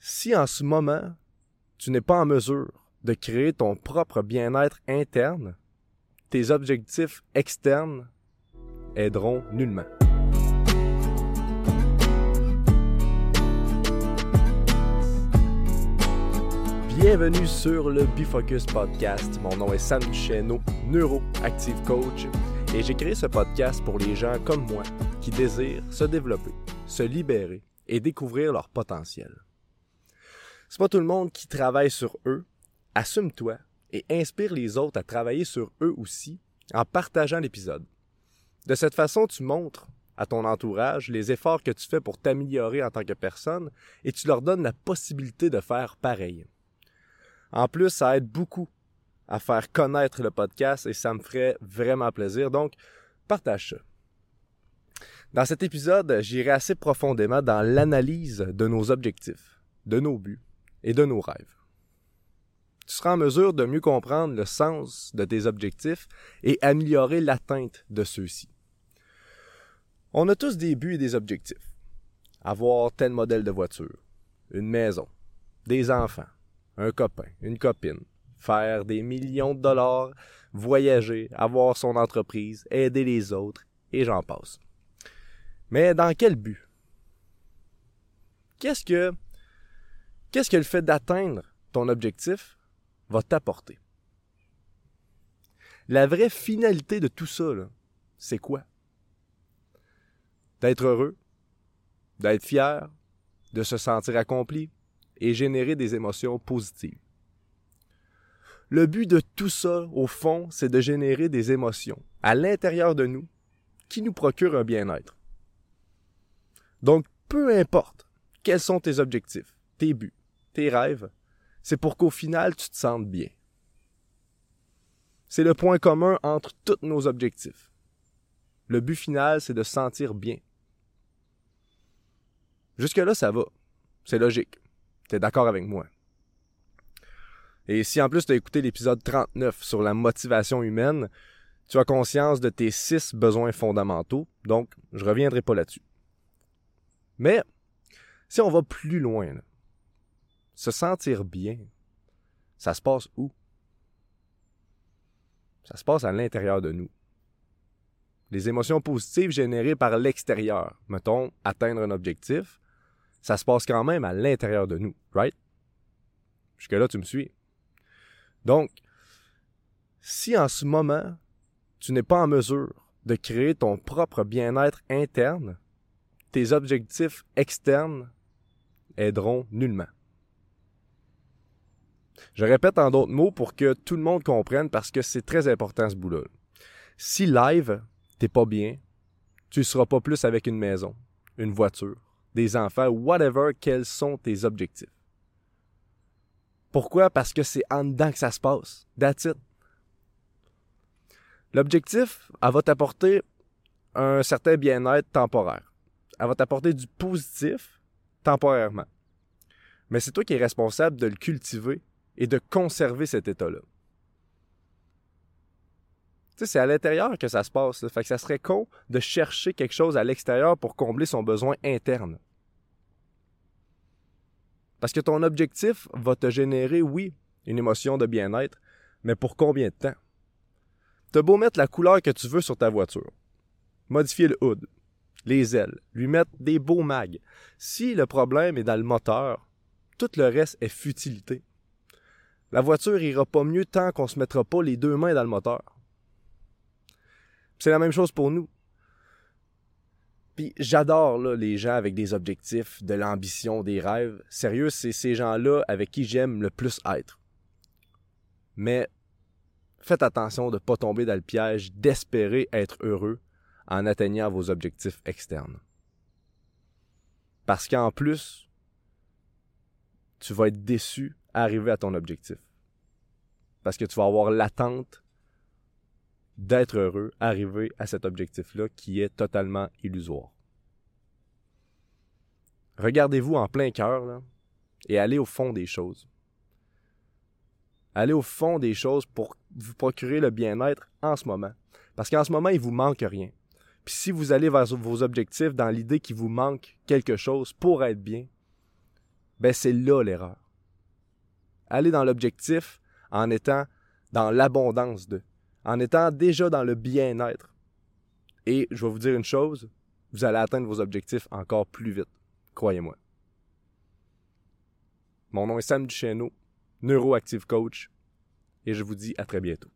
Si en ce moment, tu n'es pas en mesure de créer ton propre bien-être interne, tes objectifs externes aideront nullement. Bienvenue sur le Bifocus Podcast. Mon nom est Sam Duchesneau, Neuro-Active Coach, et j'ai créé ce podcast pour les gens comme moi qui désirent se développer, se libérer et découvrir leur potentiel. C'est pas tout le monde qui travaille sur eux. Assume-toi et inspire les autres à travailler sur eux aussi en partageant l'épisode. De cette façon, tu montres à ton entourage les efforts que tu fais pour t'améliorer en tant que personne et tu leur donnes la possibilité de faire pareil. En plus, ça aide beaucoup à faire connaître le podcast et ça me ferait vraiment plaisir, donc partage ça. Dans cet épisode, j'irai assez profondément dans l'analyse de nos objectifs, de nos buts et de nos rêves. Tu seras en mesure de mieux comprendre le sens de tes objectifs et améliorer l'atteinte de ceux-ci. On a tous des buts et des objectifs. Avoir tel modèle de voiture, une maison, des enfants, un copain, une copine, faire des millions de dollars, voyager, avoir son entreprise, aider les autres, et j'en passe. Mais dans quel but? Qu'est-ce que le fait d'atteindre ton objectif va t'apporter? La vraie finalité de tout ça, là, c'est quoi? D'être heureux, d'être fier, de se sentir accompli et générer des émotions positives. Le but de tout ça, au fond, c'est de générer des émotions à l'intérieur de nous qui nous procurent un bien-être. Donc, peu importe quels sont tes objectifs, tes buts, tes rêves, c'est pour qu'au final, tu te sentes bien. C'est le point commun entre tous nos objectifs. Le but final, c'est de se sentir bien. Jusque-là, ça va. C'est logique. Tu es d'accord avec moi. Et si en plus tu as écouté l'épisode 39 sur la motivation humaine, tu as conscience de tes 6 besoins fondamentaux, donc je ne reviendrai pas là-dessus. Mais, si on va plus loin, là, se sentir bien, ça se passe où? Ça se passe à l'intérieur de nous. Les émotions positives générées par l'extérieur, mettons, atteindre un objectif, ça se passe quand même à l'intérieur de nous, right? Jusque-là, tu me suis. Donc, si en ce moment, tu n'es pas en mesure de créer ton propre bien-être interne, tes objectifs externes aideront nullement. Je répète en d'autres mots pour que tout le monde comprenne parce que c'est très important ce bout-là. Si live, t'es pas bien, tu ne seras pas plus avec une maison, une voiture, des enfants, whatever, quels sont tes objectifs. Pourquoi? Parce que c'est en dedans que ça se passe. That's it. L'objectif, elle va t'apporter un certain bien-être temporaire. Elle va t'apporter du positif temporairement. Mais c'est toi qui es responsable de le cultiver et de conserver cet état-là. Tu sais, c'est à l'intérieur que ça se passe. Là. Fait que ça serait con de chercher quelque chose à l'extérieur pour combler son besoin interne. Parce que ton objectif va te générer, oui, une émotion de bien-être, mais pour combien de temps? T'as beau mettre la couleur que tu veux sur ta voiture, modifier le hood, les ailes, lui mettre des beaux mags. Si le problème est dans le moteur, tout le reste est futilité. La voiture ira pas mieux tant qu'on se mettra pas les 2 mains dans le moteur. C'est la même chose pour nous. Puis j'adore là, les gens avec des objectifs, de l'ambition, des rêves. Sérieux, c'est ces gens-là avec qui j'aime le plus être. Mais faites attention de ne pas tomber dans le piège d'espérer être heureux en atteignant vos objectifs externes. Parce qu'en plus, tu vas être déçu à arriver à ton objectif. Parce que tu vas avoir l'attente d'être heureux, arriver à cet objectif-là qui est totalement illusoire. Regardez-vous en plein cœur là, et allez au fond des choses. Allez au fond des choses pour vous procurer le bien-être en ce moment. Parce qu'en ce moment, il ne vous manque rien. Puis si vous allez vers vos objectifs dans l'idée qu'il vous manque quelque chose pour être bien, ben c'est là l'erreur. Allez dans l'objectif en étant dans l'abondance de, en étant déjà dans le bien-être. Et je vais vous dire une chose, vous allez atteindre vos objectifs encore plus vite, croyez-moi. Mon nom est Sam Duchesneau, Neuroactive Coach, et je vous dis à très bientôt.